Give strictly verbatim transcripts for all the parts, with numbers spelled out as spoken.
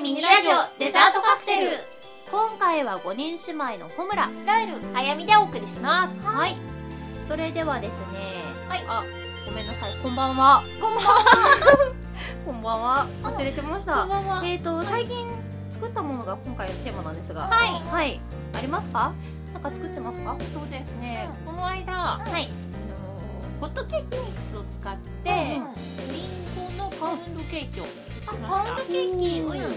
ミニラジオデザートカクテル。 今回はごにん姉妹のホムラ、 ライル、あやみでお送りします。 はい、それではですね、 はい、 あ、ごめんなさい、こんばんは。 こんばんは。 こんばんは、忘れてました。 こんばんは。 えーと、最近作ったものが今回のテーマなんですが、 はいはい、ありますか？なんか作ってますか？ そうですね、 うん、 この間、はい、あのホットケーキミックスを使って、うん、リンゴのパウンドケーキを作りました。 パウンドケーキ、美味しそう。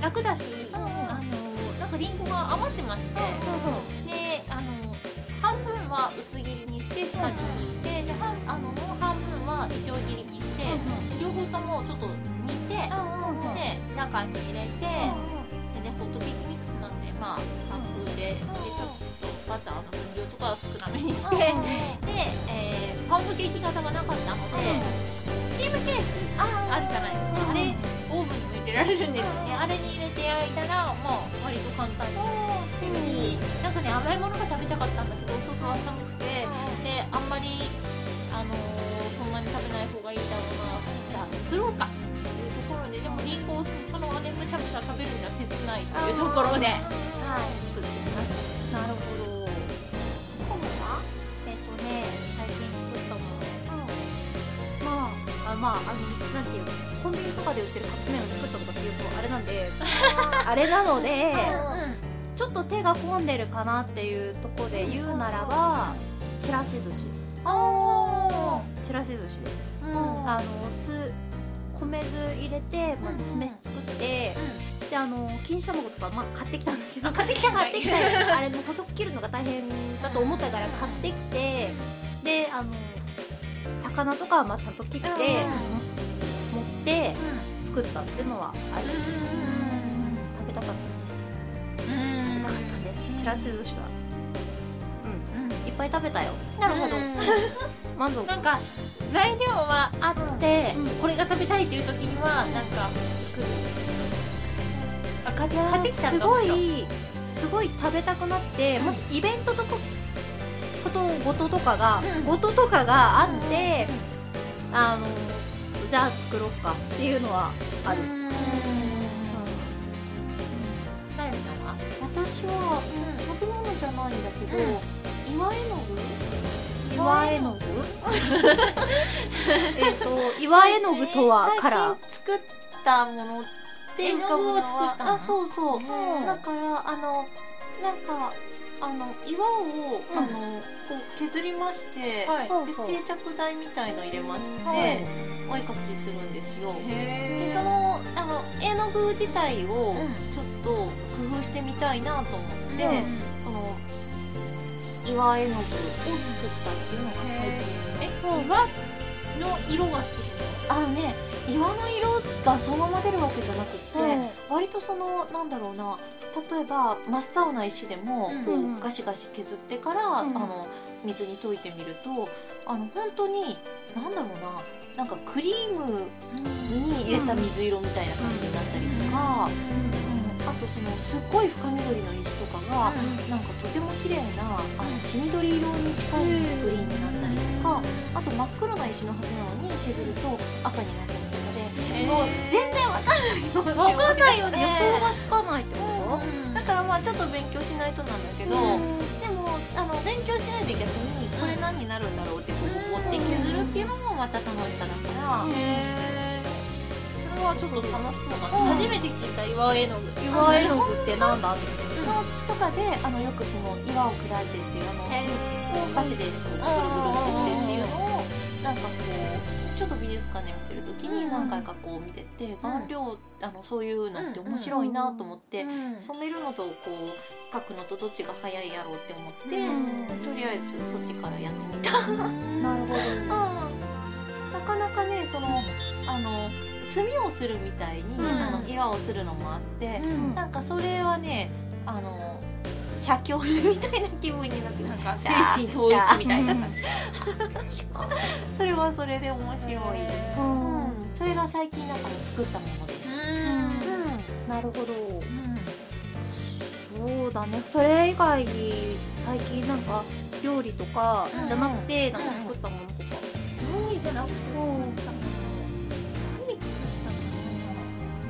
楽だし、 うん、 あのなんかリンゴが余ってまして、うん、で、あの半分は薄切りにして下に引いて、で半あのもう半分はいちょう切りにして、両方ともちょっと煮て、で中に入れて、でねホットケーキミックスなんで、まあ半分で、でちょっとバターの分量とか少なめにして、で、えー、パウンドケーキ型がなかったので、スチームケーキあるじゃないですか。あれオーブンにも入れられるんですよね。あれに入れて焼いたら、まあ割と簡単にできるし、なんかね甘いものが食べたかったんだけど、外は寒くて、であんまりあのー、そんなに食べない方がいいだろうな。じゃあ作ろうかっていうところで、でもリンゴをそのままねむしゃむしゃ食べるには切ないというところで、はい、作ってみました。 なるほど。コムはえっとね、最近作ったもの、うん、まああまああのなんていうの、コンビニとかで売ってるカップ麺を作ったとかっていうとあれなんであれなので、うん、ちょっと手が込んでるかなっていうところで言うならば、ちらし寿司。あー、ちらし寿司です。うん、あの酢米酢入れて、まず酢飯作って、うん、であの錦糸卵とか、まあ、買ってきたんだけど、 買ってきた買ってきたあれも細く切るのが大変だと思ったから買ってきて、であの魚とかはまあちゃんと切って、うん、持って作ったっていうのはあり、うん、食べたかったです。うん、食べたかったです。ちらし寿司は、うんうん、いっぱい食べたよ。 なるほど。 満足。 なんか材料はあって、うん、これが食べたいっていう時にはなんか作る。あ、買ってきたんだ。 すごいすごい食べたくなって、うん、もしイベントとかことごととかが、うん、ごととかがあって、うん、あのじゃあ作ろうかっていうのはある。 ライムさんは？ 私は、うん、食べ物じゃないんだけど、うん、岩絵の具。 岩絵の具えっと岩絵の具とはから最近作ったものっていうかものは、あ、そうそう、うん、だからあのなんかあの岩を、うん、あのこう削りまして、はい、で定着剤みたいの入れまして、はい、お絵描きするんですよ。でそのあの絵の具自体をちょっと工夫してみたいなと思って、うん、その岩絵の具を作ったっていうのが最近。 え、岩の色がするの？あのね、岩の色がそのまま出るわけじゃなくて、うん、割とそのなんだろうな、例えば真っ青な石でもこうガシガシ削ってから、うん、あの水に溶いてみると、あの本当になんだろうな、なんかクリームに入れた水色みたいな感じになったりとか。あとそのすっごい深緑の石とかが、うん、なんかとても綺麗なあの黄緑色に近いグリーンになったりとか、あと真っ黒な石のはずなのに削ると赤になったりとかで、もう全然わかんないの。 わかんないよね。 予想がつかないってこと？ うん、だからまあちょっと勉強しないとなんだけど、でもあの勉強しないで逆にこれ何になるんだろうってこう持って削るっていうのもまた楽しさだから。 へー、はちょっと楽しそうだな、うん、初めて聞いた岩絵の具。 岩絵の具ってなんだってとかであのよくその岩を砕いてっていうあのバチでぐるぐるってしてっていうのをなんかこうちょっと美術館で見てる時に何回かこう見てて、顔料あのそういうのって面白いなと思って、染めるのとこう描くのとどっちが早いやろうって思って、とりあえずそっちからやってみた。 なるほど、 うん、なかなかねそのあの墨をするみたいに、うん、あの岩をするのもあって、うん、なんかそれはねあの写経みたいな気分になって、 なんか精神統一みたいな感じ。 それはそれで面白い、うん、それが最近なんか作ったものです。 うん、なるほど、うん、そうだね。それ以外に最近なんか料理とかじゃなくて、うん、なんか作ったものとか、 料理じゃなくて作ったもの、 なんか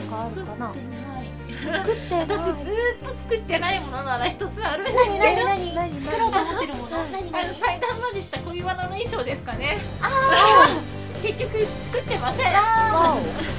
かあるかな。 作ってない作ってない。 私ずーっと作ってないものなら一つあるんです何けど、 何何何作ろうと思ってるもの何あの何祭壇までした恋バナの衣装ですかね。結局作ってません。 わ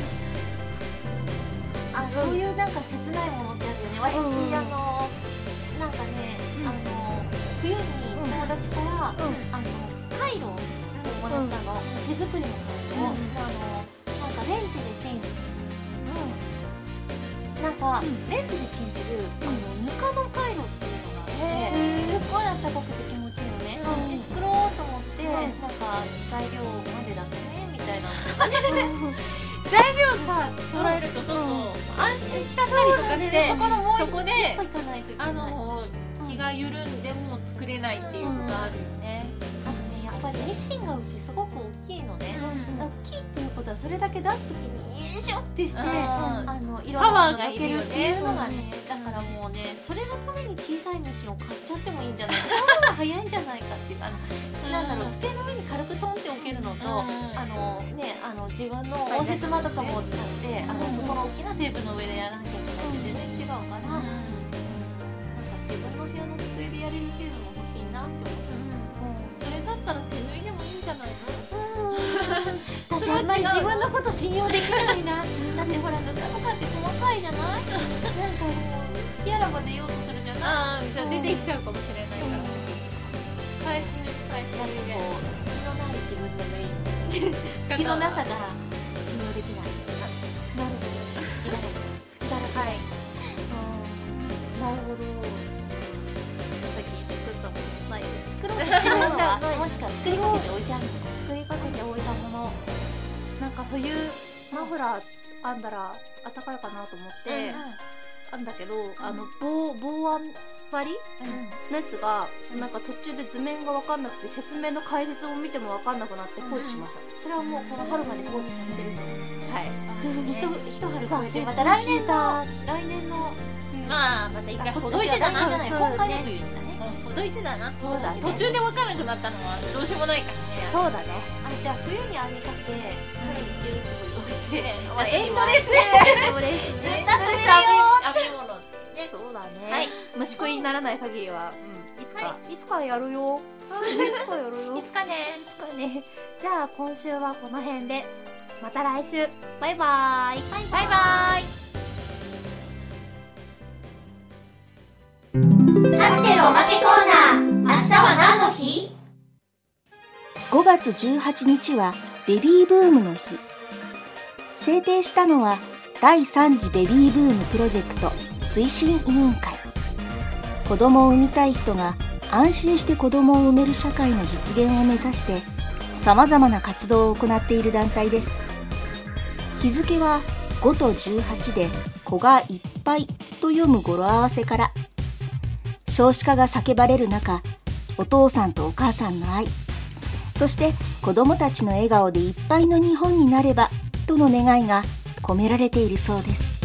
あ、そういうなんか切ないものってあるよね。私、 うんあのなんかね、 うんあの冬に友達から、あのカイロをもらったの、手作りのカイロを、 うんあのなんかレンジでチンするんですけど、なんか、レンジでチンする、あのぬかのカイロっていうのがあって、 へーすっごいあったかくて気持ちいいのね、 うんで作ろうと思って、 んなんか材料までだったねみたいな。 材料が揃えるとちょっと安心しちゃったりとかして、 そこのもうそこで一歩行かないといけない。 あの気が緩んでも作れないっていうことあるよね。 あとね、やっぱりミシンがうちすごく大きいのね、大きいっていうことはそれだけ出すときによいしょってして、 ああのいろんパワなの抜けーがいるよねるっていうのがね、だからもうね、それのために小さいミシンを買っちゃってもいいんじゃないか、その方が早いんじゃないかっていうか、あのなんだろう、机の上に軽くトンって置けるのと、あのね、あの自分の応接間とかも使って、あのそこの大きなテーブルの上でやらなきゃいけないって全然違うから、なんか自分の部屋の机でやれる程度も欲しいなって思って。 それだったら手縫いでもいいんじゃないの？ 私あんまり自分のこと信用できないな。だってほら、ぬかとかって細かいじゃない？なんかもう好きあらば出ようとするじゃない？ ああ、じゃあ出てきちゃうかもしれないから。最新の最新なんかで。 こう隙のない自分の縫い隙のなさが信用できない。 なるほど。 好きだね。 好きだらかい。なるほど。 さっき作ったものないです。 作ろうとしてるものはないもしくは作りかけて置いてあるのか。 作りかけておいたもの。なんか冬マフラー編んだら暖かいかなと思って編んだけど、あの棒棒編割りのやつがなんか途中で図面が分かんなくて説明の解説を見ても分かんなくなって放置しましそれはもうこの春まで放置されてるの。 た。はい。 一一春超えてまそうた来年の来年のまあまた一回あほどいてたな。 じゃないそう今回の冬にだね。 うんほどいてたな。 そうだね途中で分からなくなったのはどうしようもないからね。 そうだね。 あ、じゃあ冬に編みかけ春にじゅういちぼ置いて、 ねまあエンドレスそうです絶ね。 対それよ編み物ね。 そうだね。 はい。 虫食いにならない限りは、うん、いつか、、 はいつかやるよ。いつかやるよ。 いつかね。 いつかね。じゃあ今週はこの辺で、また来週。バイバーイ。 バイバイ。 カクテルおまけコーナー。明日は何の日？ ごがつじゅうはちにちはベビーブームの日。制定したのはだいさん次ベビーブームプロジェクト推進委員会。子供を産みたい人が安心して子供を産める社会の実現を目指して様々な活動を行っている団体です。日付はごとじゅうはちで子がいっぱいと読む語呂合わせから、少子化が叫ばれる中、お父さんとお母さんの愛、そして子供たちの笑顔でいっぱいの日本になればとの願いが込められているそうです。